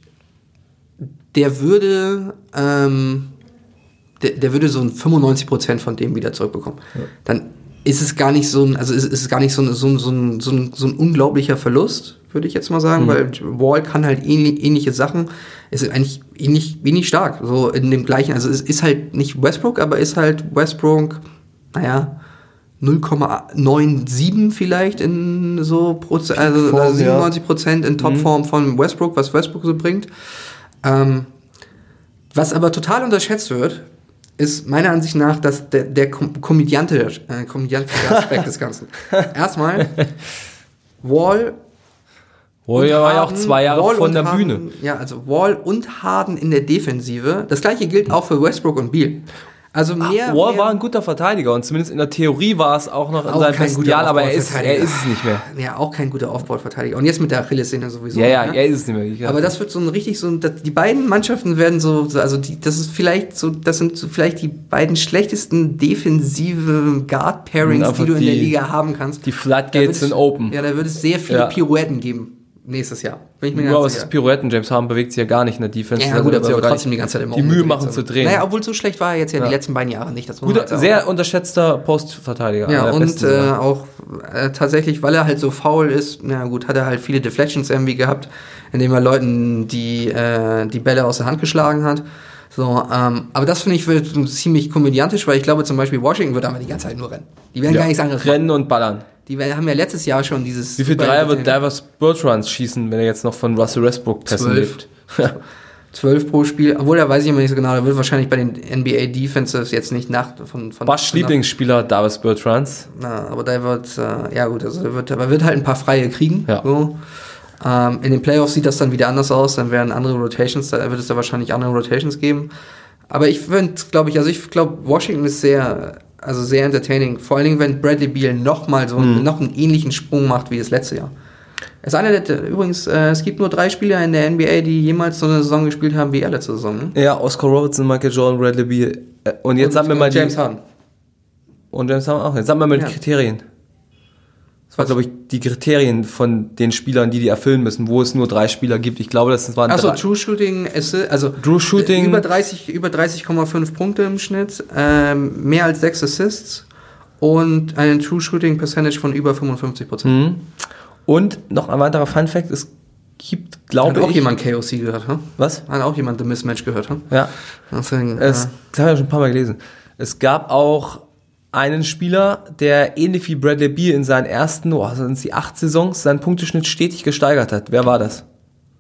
der würde, ähm, der, der würde so ein fünfundneunzig Prozent von dem wieder zurückbekommen. Ja. Dann ist es gar nicht so ein, also ist, ist es gar nicht so ein, so ein, so ein, so ein, so ein unglaublicher Verlust, würde ich jetzt mal sagen, mhm. weil Wall kann halt ähnlich, ähnliche Sachen, ist eigentlich ähnlich, wenig stark, so in dem gleichen, also es ist halt nicht Westbrook, aber ist halt Westbrook, naja, null Komma neunundsiebzig vielleicht in so Proze- also, also siebenundneunzig Prozent in Topform mhm. von Westbrook, was Westbrook so bringt. Ähm, was aber total unterschätzt wird, ist meiner Ansicht nach dass der, der kom- komödiantische äh, komödiantische Aspekt des Ganzen. Erstmal, Wall Wall war ja auch zwei Jahre Wall von der Harden, Bühne. Ja, also Wall und Harden in der Defensive. Das gleiche gilt auch für Westbrook und Beal. Also mehr, Ach, Wall mehr war ein guter Verteidiger und zumindest in der Theorie war es auch noch in auch seinem besten Jahr, aber er ist, er ist es nicht mehr. Ja, auch kein guter Aufbauverteidiger. Und jetzt mit der Achillessehne sowieso. Ja, ja, ne? er ist es nicht mehr. Ja. Aber das wird so ein richtig so ein, die beiden Mannschaften werden so, also die, das ist vielleicht so, das sind so vielleicht die beiden schlechtesten defensive Guard-Pairings, die du in die, der Liga haben kannst. Die Floodgates sind open. Ja, da wird es sehr viele ja. Pirouetten geben. Nächstes Jahr. Bin ich mir ja, aber es ist Pirouetten. James Harden bewegt sich ja gar nicht in der Defense. Ja, gut, aber trotzdem die ganze Zeit immer die Mühe machen zu drehen. Naja, obwohl so schlecht war er jetzt ja, ja. die letzten beiden Jahre nicht. Das Guter, halt sehr unterschätzter Postverteidiger. Ja, und äh, auch äh, tatsächlich, weil er halt so faul ist, na gut, hat er halt viele Deflections irgendwie gehabt, indem er Leuten die, äh, die Bälle aus der Hand geschlagen hat. So, ähm, aber das finde ich wird ziemlich komödiantisch, weil ich glaube zum Beispiel Washington wird aber die ganze Zeit nur rennen. Die werden ja. gar nichts anderes rennen und ballern. Die haben ja letztes Jahr schon dieses... Wie viel Dreier wird Divers Bertrands schießen, wenn er jetzt noch von Russell Westbrook Pässen lebt? Zwölf pro Spiel, obwohl da weiß ich immer nicht so genau, da wird wahrscheinlich bei den N B A Defenses jetzt nicht nach von... von Basch Lieblingsspieler Divers Bertrands. Na, aber der wird, äh, ja gut, also der wird, aber wird halt ein paar Freie kriegen. Ja. So. Ähm, in den Playoffs sieht das dann wieder anders aus, dann werden andere Rotations, da wird es da wahrscheinlich andere Rotations geben. Aber ich finde, glaube ich, also ich glaube, Washington ist sehr... Also sehr entertaining. Vor allen Dingen, wenn Bradley Beal noch mal so mhm. noch einen ähnlichen Sprung macht wie das letzte Jahr. Es ist einer der, übrigens, äh, es gibt nur drei Spieler in der N B A, die jemals so eine Saison gespielt haben wie er letzte Saison. Ne? Ja, Oscar Robertson, Michael Jordan, Bradley Beal. Und jetzt und, sagen wir mal James die, Harden. Und James Harden auch. Jetzt sagen wir mal ja. die Kriterien. Das war, glaube ich, die Kriterien von den Spielern, die die erfüllen müssen, wo es nur drei Spieler gibt. Ich glaube, das waren Achso, drei. True Shooting, also True Shooting. Über dreißig, über dreißig Komma fünf Punkte im Schnitt, ähm, mehr als sechs Assists und einen True Shooting Percentage von über fünfundfünfzig Prozent. Mhm. Und noch ein weiterer Fun Fact, es gibt, glaube ich... Hat auch jemand K O C gehört, hm? Was? Hat auch jemand The Mismatch gehört, hm? Ja. Deswegen, es, äh, das habe ich ja schon ein paar Mal gelesen. Es gab auch einen Spieler, der ähnlich wie Bradley Beal in seinen ersten, oh, sind es die acht Saisons, seinen Punkteschnitt stetig gesteigert hat. Wer war das?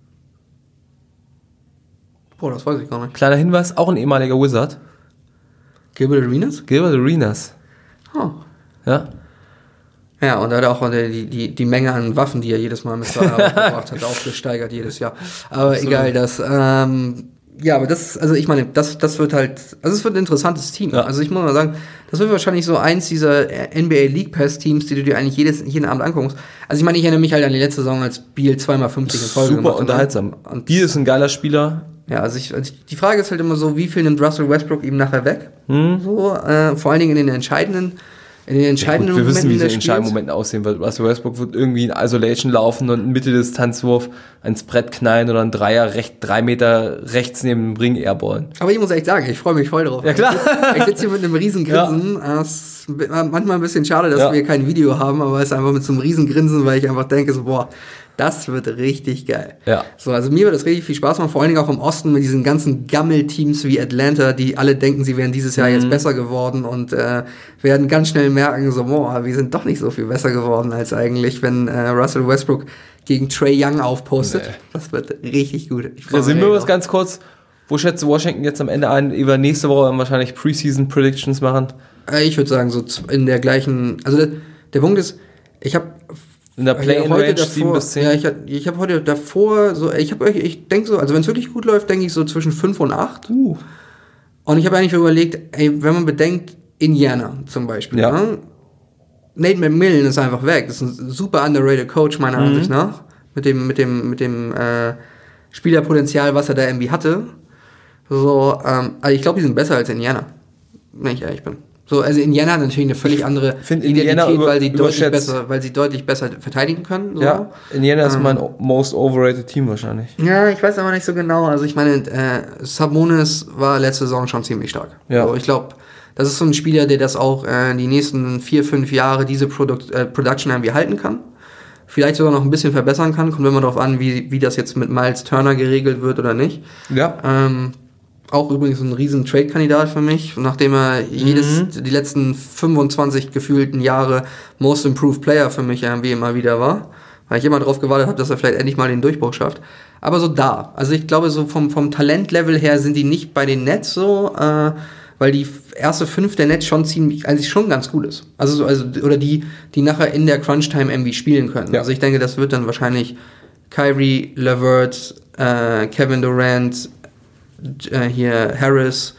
Boah, das weiß ich gar nicht. Kleiner Hinweis, auch ein ehemaliger Wizard. Gilbert Arenas? Gilbert Arenas. Oh. Ja. Ja, und er hat auch die, die, die Menge an Waffen, die er jedes Mal mit aufgebracht hat, auch gesteigert jedes Jahr. Aber Absolut. egal, das, ähm, ja, aber das, also ich meine, das, das wird halt, also es wird ein interessantes Team. Ja. Also ich muss mal sagen, das wird wahrscheinlich so eins dieser N B A League Pass Teams, die du dir eigentlich jedes, jeden Abend anguckst. Also ich meine, ich erinnere mich halt an die letzte Saison, als Beal zweimal fünfzig in Folge Super gemacht hat. Super unterhaltsam. Und Beal ist ein geiler Spieler. Ja, also, ich, also die Frage ist halt immer so, wie viel nimmt Russell Westbrook ihm nachher weg? Hm. So, äh, vor allen Dingen in den entscheidenden In den entscheidenden ja, gut, wir Momenten wissen, wie die des entscheidenden Momenten aussehen wird. Russell Westbrook wird irgendwie in Isolation laufen und einen Mitteldistanzwurf ans Brett knallen oder einen Dreier recht, drei Meter rechts neben dem Ring airballen. Aber ich muss echt sagen, ich freue mich voll drauf. Ja, klar. Ich sitze hier mit einem riesen Grinsen. Ja. Es ist manchmal ein bisschen schade, dass ja. wir kein Video haben, aber es ist einfach mit so einem riesen Grinsen, weil ich einfach denke so, boah, das wird richtig geil. Ja. So, also mir wird das richtig viel Spaß machen, vor allen Dingen auch im Osten mit diesen ganzen Gammel-Teams wie Atlanta, die alle denken, sie wären dieses Jahr mhm. jetzt besser geworden und äh, werden ganz schnell merken, so, boah, wir sind doch nicht so viel besser geworden als eigentlich, wenn äh, Russell Westbrook gegen Trae Young aufpostet. Nee. Das wird richtig gut. Da sind wir was ganz kurz. Wo schätzt Washington jetzt am Ende ein? Über nächste Woche dann wahrscheinlich Preseason Predictions machen? Äh, ich würde sagen, so in der gleichen, also der, der Punkt ist, ich habe in der Play-in-Range sieben bis zehn? Ja, ich, ich habe heute davor, so, ich habe ich denke so, also wenn es wirklich gut läuft, denke ich so zwischen fünf und acht. Uh. Und ich habe eigentlich überlegt, ey, wenn man bedenkt, Indiana zum Beispiel, ja. ne? Nate McMillan ist einfach weg. Das ist ein super underrated Coach, meiner mhm. Ansicht nach. Mit dem, mit dem, mit dem äh, Spielerpotenzial, was er da irgendwie hatte. So, ähm, also ich glaube, die sind besser als Indiana, wenn ich ehrlich bin. So, also Indiana hat natürlich eine völlig andere Identität, über, weil sie deutlich besser, weil sie deutlich besser verteidigen können. So. Ja, Indiana ist ähm, mein most overrated Team wahrscheinlich. Ja, ich weiß aber nicht so genau. Also ich meine, äh, Sabonis war letzte Saison schon ziemlich stark. Ja. So, ich glaube, das ist so ein Spieler, der das auch äh, die nächsten vier, fünf Jahre diese Produkt, äh, Production irgendwie halten kann. Vielleicht sogar noch ein bisschen verbessern kann. Kommt immer darauf an, wie, wie das jetzt mit Miles Turner geregelt wird oder nicht. Ja. Ähm, Auch übrigens ein riesen Trade-Kandidat für mich, nachdem er jedes, mhm. die letzten fünfundzwanzig gefühlten Jahre Most Improved Player für mich irgendwie immer wieder war. Weil ich immer darauf gewartet habe, dass er vielleicht endlich mal den Durchbruch schafft. Aber so da. Also ich glaube, so vom, vom Talentlevel her sind die nicht bei den Nets so, äh, weil die erste fünf der Nets schon ziemlich, also schon ganz gut ist. Also, so, also oder die, die nachher in der Crunch-Time irgendwie spielen können. Ja. Also ich denke, das wird dann wahrscheinlich Kyrie, LeVert, äh, Kevin Durant, hier Harris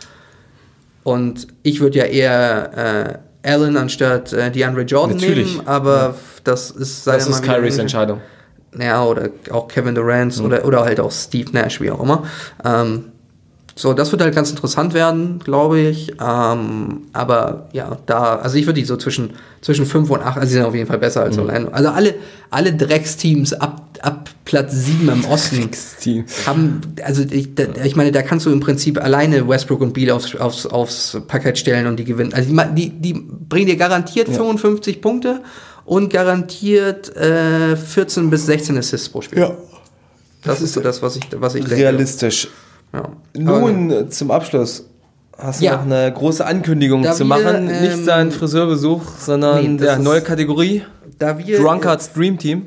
und ich würde ja eher äh, Allen anstatt äh, DeAndre Jordan Natürlich. nehmen, aber ja. das ist das ist Kyries Entscheidung. Ja, oder auch Kevin Durant mhm. oder, oder halt auch Steve Nash, wie auch immer. Ähm, so, das wird halt ganz interessant werden, glaube ich. Ähm, aber ja, da, also ich würde die so zwischen, zwischen fünf und acht, also die sind auf jeden Fall besser als mhm. Orlando. Also alle, alle Drecksteams ab, ab Platz sieben im Osten haben, also ich, da, ich meine, da kannst du im Prinzip alleine Westbrook und Beal aufs, aufs, aufs Parkett stellen und die gewinnen. Also die, die, die bringen dir garantiert ja. fünfundfünfzig Punkte und garantiert äh, vierzehn bis sechzehn Assists pro Spiel. Ja. Das ist so das, was ich, was ich denke. Realistisch. Ja. Nun aber, zum Abschluss. Hast du ja. noch eine große Ankündigung da zu wir, machen? Ähm, Nicht sein Friseurbesuch, sondern nee, der neue Kategorie. Da wir, Drunkards Dream Team.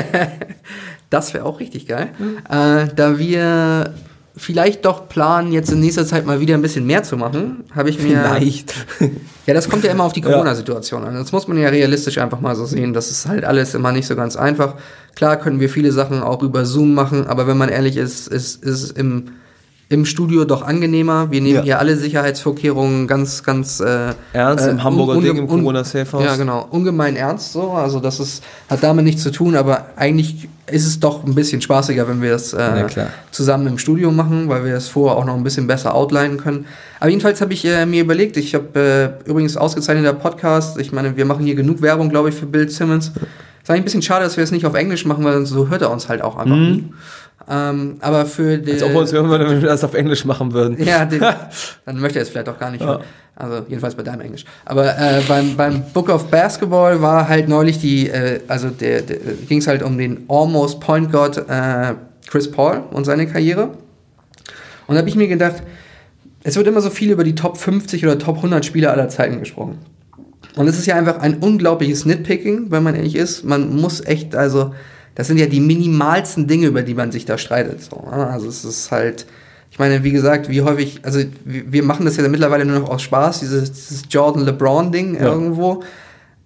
Das wäre auch richtig geil. Mhm. Äh, da wir vielleicht doch planen, jetzt in nächster Zeit mal wieder ein bisschen mehr zu machen, habe ich mir... Vielleicht. Ja, das kommt ja immer auf die Corona-Situation an. Das muss man ja realistisch einfach mal so sehen. Das ist halt alles immer nicht so ganz einfach. Klar können wir viele Sachen auch über Zoom machen, aber wenn man ehrlich ist, ist, ist es im... im Studio doch angenehmer. Wir nehmen ja. hier alle Sicherheitsvorkehrungen ganz, ganz äh, ernst im äh, Hamburger un- Ding im un- Corona-Safe-Haus. Ja, genau. Ungemein ernst so. Also das ist, hat damit nichts zu tun, aber eigentlich ist es doch ein bisschen spaßiger, wenn wir das äh, zusammen im Studio machen, weil wir das vorher auch noch ein bisschen besser outlinen können. Aber jedenfalls habe ich äh, mir überlegt, ich habe äh, übrigens ausgezeichneter Podcast, ich meine, wir machen hier genug Werbung, glaube ich, für Bill Simmons. Ist eigentlich ein bisschen schade, dass wir es nicht auf Englisch machen, weil so hört er uns halt auch einfach mhm. nie. Ähm, aber für den. Als ob wir uns hören würden, wenn wir das auf Englisch machen würden. Ja, den, dann möchte er es vielleicht auch gar nicht hören. Ja. Also, jedenfalls bei deinem Englisch. Aber äh, beim, beim Book of Basketball war halt neulich die, äh, also der, der ging es halt um den Almost Point Guard äh, Chris Paul und seine Karriere. Und da habe ich mir gedacht, es wird immer so viel über die Top fünfzig oder Top hundert Spieler aller Zeiten gesprochen. Und es ist ja einfach ein unglaubliches Nitpicking, wenn man ehrlich ist. Man muss echt, also. Das sind ja die minimalsten Dinge, über die man sich da streitet. So, also es ist halt, ich meine, wie gesagt, wie häufig, also wir machen das ja mittlerweile nur noch aus Spaß, dieses, dieses Jordan-LeBron-Ding ja. irgendwo.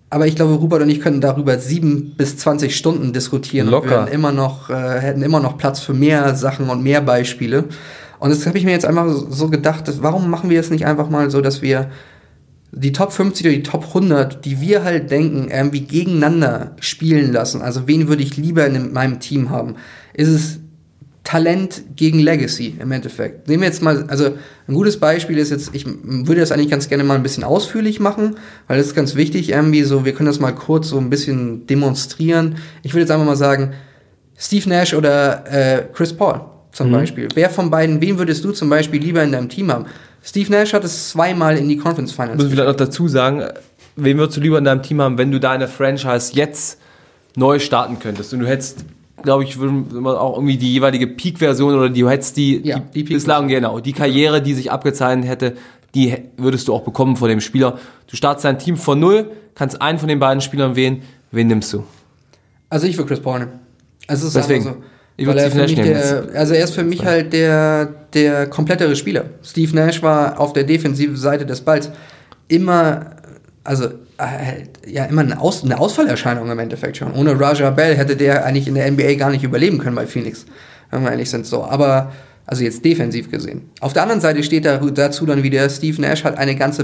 Aber ich glaube, Rupert und ich können darüber sieben bis zwanzig Stunden diskutieren. Locker. Und wir hätten immer noch, äh, hätten immer noch Platz für mehr Sachen und mehr Beispiele. Und das habe ich mir jetzt einfach so gedacht, dass, warum machen wir es nicht einfach mal so, dass wir die Top fünfzig oder die Top hundert, die wir halt denken, irgendwie gegeneinander spielen lassen. Also wen würde ich lieber in meinem Team haben? Ist es Talent gegen Legacy im Endeffekt? Nehmen wir jetzt mal, also ein gutes Beispiel ist jetzt, ich würde das eigentlich ganz gerne mal ein bisschen ausführlich machen, weil das ist ganz wichtig, irgendwie so, wir können das mal kurz so ein bisschen demonstrieren. Ich würde jetzt einfach mal sagen, Steve Nash oder äh, Chris Paul zum mhm. Beispiel. Wer von beiden, wen würdest du zum Beispiel lieber in deinem Team haben? Steve Nash hat es zweimal in die Conference Finals. Muss ich vielleicht noch dazu sagen, wen würdest du lieber in deinem Team haben, wenn du deine Franchise jetzt neu starten könntest und du hättest, glaube ich, würde man auch irgendwie die jeweilige Peak-Version oder die, du hättest die, ja, die, die bislang, genau, die Karriere, die sich abgezeichnet hätte, die würdest du auch bekommen von dem Spieler. Du startest dein Team von null, kannst einen von den beiden Spielern wählen, wen nimmst du? Also ich würde Chris Paul nehmen. Also es ist Deswegen. einfach so. Ich Weil würde er Steve Nash für mich nehmen. der, also er ist für mich halt der, der komplettere Spieler. Steve Nash war auf der defensiven Seite des Balls immer, also äh, ja, immer eine, Aus, eine Ausfallerscheinung im Endeffekt schon. Ohne Raja Bell hätte der eigentlich in der N B A gar nicht überleben können bei Phoenix, wenn wir ehrlich sind. So, aber also jetzt defensiv gesehen. Auf der anderen Seite steht da, dazu dann wieder, Steve Nash hat eine ganze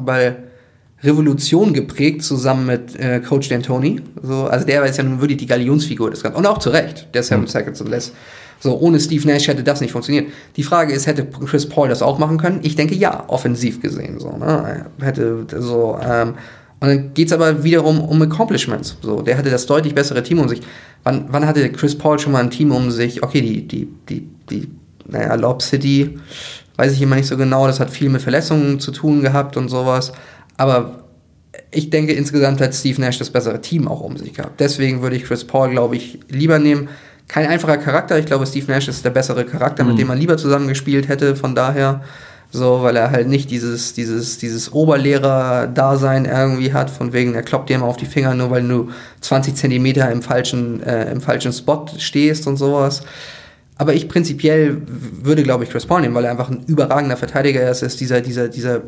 Basketball-Revolution geprägt, zusammen mit äh, Coach D'Antoni. So, also der ist ja nun wirklich die Galionsfigur des Ganzen. Und auch zu Recht, der Seven mhm. Seconds and Less. So, ohne Steve Nash hätte das nicht funktioniert. Die Frage ist, hätte Chris Paul das auch machen können? Ich denke ja, offensiv gesehen. So, ne? Hätte so, ähm, und dann geht's aber wiederum um Accomplishments. So, der hatte das deutlich bessere Team um sich. Wann, wann hatte Chris Paul schon mal ein Team um sich? Okay, die, die, die, die, naja, Lob City, weiß ich immer nicht so genau. Das hat viel mit Verletzungen zu tun gehabt und sowas. Aber ich denke, insgesamt hat Steve Nash das bessere Team auch um sich gehabt. Deswegen würde ich Chris Paul, glaube ich, lieber nehmen. Kein einfacher Charakter. Ich glaube, Steve Nash ist der bessere Charakter, mhm. mit dem man lieber zusammengespielt hätte. Von daher, so, weil er halt nicht dieses, dieses, dieses Oberlehrer-Dasein irgendwie hat, von wegen, er kloppt dir immer auf die Finger, nur weil du zwanzig Zentimeter im falschen, äh, im falschen Spot stehst und sowas. Aber ich prinzipiell würde, glaube ich, Chris Paul nehmen, weil er einfach ein überragender Verteidiger ist. Er ist dieser, dieser, dieser,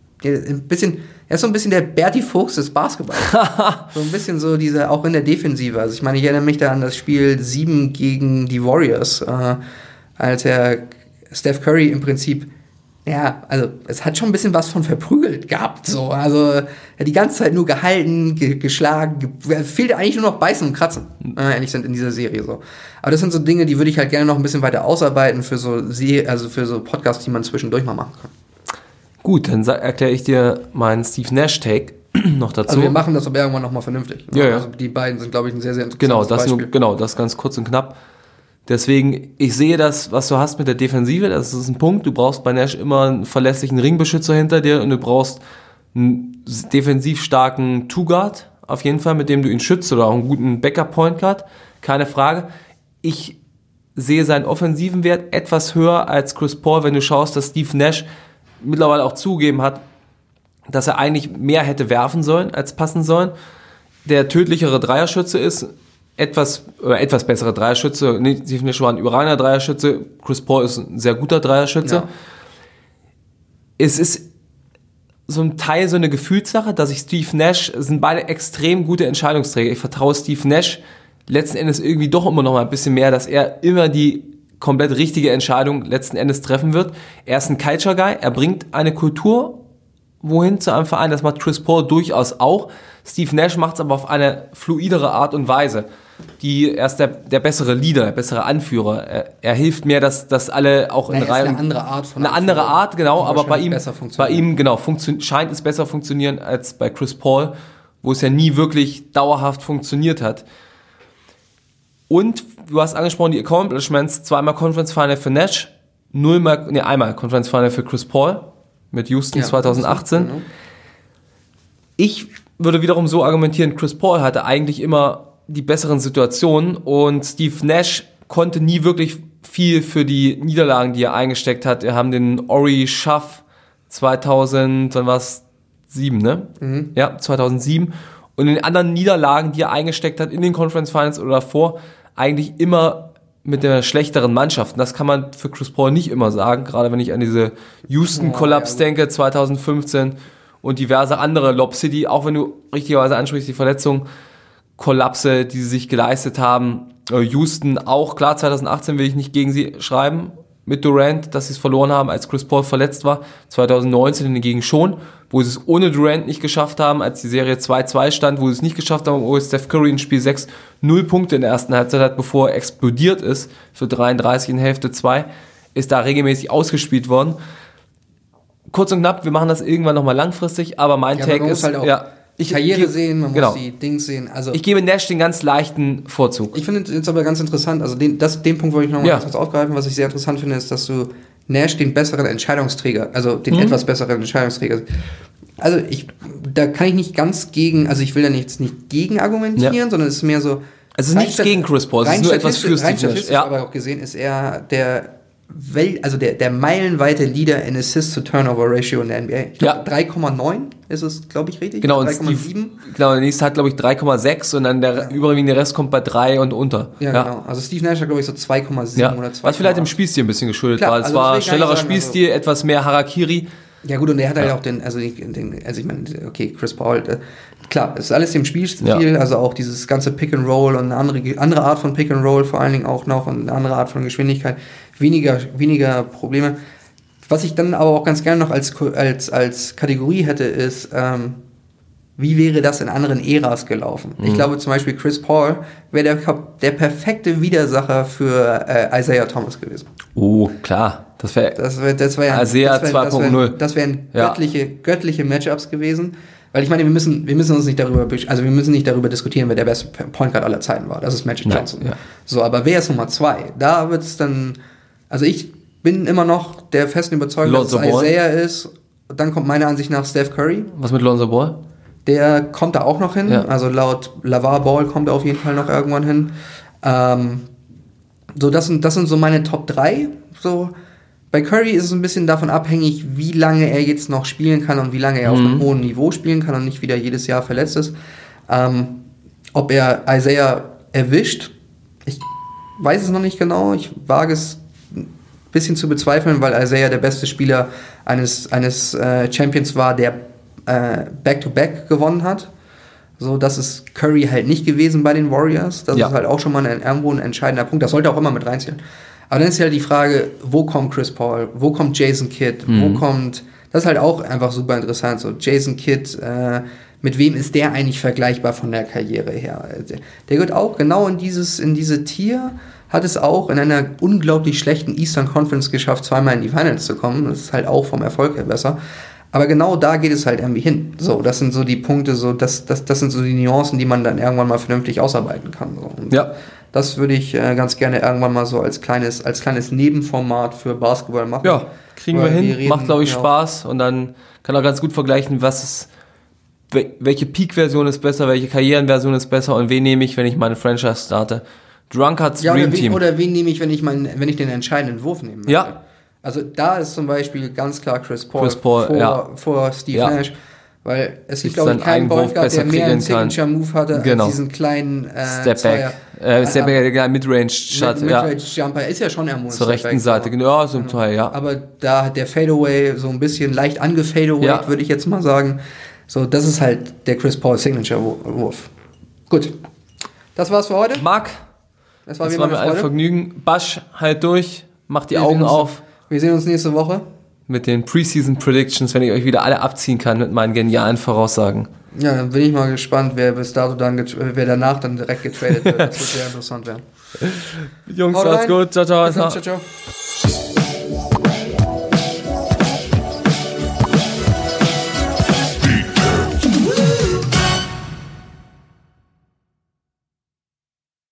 ein bisschen, er ist so ein bisschen der Berti Fuchs des Basketballs. So ein bisschen so dieser, auch in der Defensive. Also ich meine, ich erinnere mich da an das Spiel sieben gegen die Warriors, äh, als er Steph Curry im Prinzip, ja, also es hat schon ein bisschen was von verprügelt gehabt, so. Also er hat die ganze Zeit nur gehalten, ge- geschlagen, ge- fehlte eigentlich nur noch beißen und kratzen, äh, ehrlich sind in dieser Serie so. Aber das sind so Dinge, die würde ich halt gerne noch ein bisschen weiter ausarbeiten für so, also für so Podcasts, die man zwischendurch mal machen kann. Gut, dann erkläre ich dir meinen Steve Nash-Take noch dazu. Also wir machen das aber irgendwann nochmal vernünftig. Ja, ja. Also die beiden sind, glaube ich, ein sehr, sehr interessantes genau, das Beispiel. nur, genau, das ganz kurz und knapp. Deswegen, ich sehe das, was du hast mit der Defensive, das ist ein Punkt. Du brauchst bei Nash immer einen verlässlichen Ringbeschützer hinter dir und du brauchst einen defensiv starken Two-Guard, auf jeden Fall, mit dem du ihn schützt, oder auch einen guten Backup-Point-Guard, keine Frage. Ich sehe seinen offensiven Wert etwas höher als Chris Paul, wenn du schaust, dass Steve Nash mittlerweile auch zugegeben hat, dass er eigentlich mehr hätte werfen sollen als passen sollen. Der tödlichere Dreierschütze ist, etwas oder etwas bessere Dreierschütze. Nee, Steve Nash war ein überragender Dreierschütze. Chris Paul ist ein sehr guter Dreierschütze. Ja. Es ist so ein Teil, so eine Gefühlssache, dass ich Steve Nash, sind beide extrem gute Entscheidungsträger. Ich vertraue Steve Nash letzten Endes irgendwie doch immer noch mal ein bisschen mehr, dass er immer die komplett richtige Entscheidung letzten Endes treffen wird. Er ist ein Culture-Guy. Er bringt eine Kultur wohin zu einem Verein. Das macht Chris Paul durchaus auch. Steve Nash macht es aber auf eine fluidere Art und Weise. Die, er ist der, der bessere Leader, der bessere Anführer. Er, er hilft mir, dass, dass alle auch in Reihe... Eine andere Art von Eine andere Art, genau, aber bei ihm, bei ihm genau, funktio- scheint es besser funktionieren als bei Chris Paul, wo es ja nie wirklich dauerhaft funktioniert hat. Und du hast angesprochen, die Accomplishments, zweimal Conference Final für Nash, nullmal, nee, einmal Conference Final für Chris Paul mit Houston ja, zwanzig achtzehn. Genau. Ich würde wiederum so argumentieren, Chris Paul hatte eigentlich immer die besseren Situationen und Steve Nash konnte nie wirklich viel für die Niederlagen, die er eingesteckt hat. Wir haben den Ori Schaff zweitausend, wann war es? sieben, ne? Mhm. Ja, zweitausendsieben. Und in den anderen Niederlagen, die er eingesteckt hat, in den Conference Finals oder davor, eigentlich immer mit der schlechteren Mannschaft. Und das kann man für Chris Paul nicht immer sagen, gerade wenn ich an diese Houston-Kollaps oh, ja, denke, zweitausendfünfzehn und diverse andere Lob City, auch wenn du richtigerweise ansprichst, die Verletzung, Kollapse, die sie sich geleistet haben. Houston auch, klar, zwanzig achtzehn will ich nicht gegen sie schreiben, mit Durant, dass sie es verloren haben, als Chris Paul verletzt war. zwanzig neunzehn hingegen schon, wo sie es ohne Durant nicht geschafft haben, als die Serie zwei zwei stand, wo sie es nicht geschafft haben, wo Steph Curry in Spiel sechs null Punkte in der ersten Halbzeit hat, bevor er explodiert ist für dreiunddreißig in Hälfte zwei, ist da regelmäßig ausgespielt worden. Kurz und knapp, wir machen das irgendwann nochmal langfristig, aber mein Ja, Take man muss ist, halt auch ja, ich, Karriere ich, sehen, man genau. muss die Dings sehen. Also Ich gebe Nash den ganz leichten Vorzug. Ich finde es aber ganz interessant, also den, das, den Punkt wollte ich noch mal Ja. ganz kurz aufgreifen, was ich sehr interessant finde, ist, dass du Nash den besseren Entscheidungsträger, also den Mhm. etwas besseren Entscheidungsträger, also ich, da kann ich nicht ganz gegen, also ich will da nichts nicht gegen argumentieren, Ja. sondern es ist mehr so. Es ist rein nichts stat- gegen Chris Paul, es ist rein nur etwas statistisch- für rein Steve Nash. statistisch Ja. aber auch gesehen ist er der Welt, also der, der meilenweite Leader in Assist-to-Turnover-Ratio in der N B A. Ich glaube, Ja. drei Komma neun ist es, glaube ich, richtig? Genau, und drei Komma Steve, sieben. genau, der nächste hat, glaube ich, drei Komma sechs und dann der überwiegende Rest kommt bei drei und unter. Ja, genau. Also Steve Nash hat, glaube ich, so zwei Komma sieben Ja. oder zwei Komma acht. Was vielleicht dem Spielstil ein bisschen geschuldet Klar, war. Es also war das will ich gar schnellerer nicht sagen, Spielstil, etwas mehr Harakiri. Ja gut, und er hat halt Ja. auch den, also den, den also ich meine, okay, Chris Paul, äh, klar, es ist alles dem Spielstil, Ja. also auch dieses ganze Pick and Roll und eine andere, andere Art von Pick and Roll vor allen Dingen auch noch und eine andere Art von Geschwindigkeit, weniger, weniger Probleme. Was ich dann aber auch ganz gerne noch als, als, als Kategorie hätte, ist, ähm, wie wäre das in anderen Äras gelaufen? Mhm. Ich glaube zum Beispiel Chris Paul wäre der, der perfekte Widersacher für äh, Isaiah Thomas gewesen. Oh, klar. Das wäre Das wäre das wär, Isaiah das wär, zwei das Punkt wär, null. das wären Ja. göttliche, göttliche Matchups gewesen. Weil ich meine, wir müssen, wir müssen uns nicht darüber, besch- also wir müssen nicht darüber diskutieren, wer der beste Point Guard aller Zeiten war. Das ist Magic Nein, Johnson. ja. So, aber wer ist Nummer zwei? Da wird es dann, also ich bin immer noch der festen Überzeugung, dass es Lonzo Ball. Isaiah ist. Dann kommt meiner Ansicht nach Steph Curry. Was mit Lonzo Ball? Der kommt da auch noch hin. Ja. Also laut LaVar Ball kommt er auf jeden Fall noch irgendwann hin. Ähm, so, das sind, das sind so meine Top drei. So, bei Curry ist es ein bisschen davon abhängig, wie lange er jetzt noch spielen kann und wie lange er auf einem hohen Niveau spielen kann und nicht wieder jedes Jahr verletzt ist. Ähm, ob er Isaiah erwischt, ich weiß es noch nicht genau. Ich wage es ein bisschen zu bezweifeln, weil Isaiah der beste Spieler eines, eines äh, Champions war, der äh, Back-to-Back gewonnen hat. So, das ist Curry halt nicht gewesen bei den Warriors. Das Ja. ist halt auch schon mal ein, irgendwo ein entscheidender Punkt. Das sollte auch immer mit reinziehen. Aber dann ist halt die Frage, wo kommt Chris Paul? Wo kommt Jason Kidd? Mhm. Wo kommt... Das ist halt auch einfach super interessant. So, Jason Kidd, äh, mit wem ist der eigentlich vergleichbar von der Karriere her? Der, der gehört auch genau in dieses, in diese Tier, hat es auch in einer unglaublich schlechten Eastern Conference geschafft, zweimal in die Finals zu kommen. Das ist halt auch vom Erfolg her besser. Aber genau da geht es halt irgendwie hin. So, das sind so die Punkte, so, das, das, das sind so die Nuancen, die man dann irgendwann mal vernünftig ausarbeiten kann. So. Und Ja. das würde ich äh, ganz gerne irgendwann mal so als kleines, als kleines Nebenformat für Basketball machen. Ja, kriegen wir Weil hin. wir reden, Macht, glaube ich, ja. Spaß. Und dann kann auch ganz gut vergleichen, was ist, wel- welche Peak-Version ist besser, welche Karrierenversion ist besser und wen nehme ich, wenn ich meine Franchise starte. Drunkards Ja, Dream oder, wen, Team. oder wen nehme ich, wenn ich, mein, wenn ich den entscheidenden Wurf nehme? Ja. Also da ist zum Beispiel ganz klar Chris Paul, Chris Paul, vor, ja. vor Steve Ja. Nash. Weil es gibt, Sich glaube ich, seinen keinen Einwurf Point Guard, besser der mehr einen kreieren kann. Signature-Move hatte Genau. als diesen kleinen äh, Step Zweier. Back. Äh, Step Back, der Midrange-Shot. Mit, Ja. Midrange-Jumper ist ja schon irgendwo ein Zur rechten Stepback, Seite. aber- Genau, zum Teil, ja. Aber da hat der Fadeaway so ein bisschen leicht angefadeaway, Ja. würde ich jetzt mal sagen. So, das ist halt der Chris Paul Signature-Wurf. Gut. Das war's für heute. Marc, Das war das wie war immer mir eine ein Freude. Vergnügen. Basch, halt durch. Macht die Wir Augen sehen uns- auf Wir sehen uns nächste Woche. mit den Preseason Predictions, wenn ich euch wieder alle abziehen kann mit meinen genialen Voraussagen. Ja, dann bin ich mal gespannt, wer bis dato dann, get- wer danach dann direkt getradet wird. Das wird sehr interessant werden. Jungs, Haut alles rein. gut. Ciao, ciao. Bis dann. ciao. Ciao, ciao.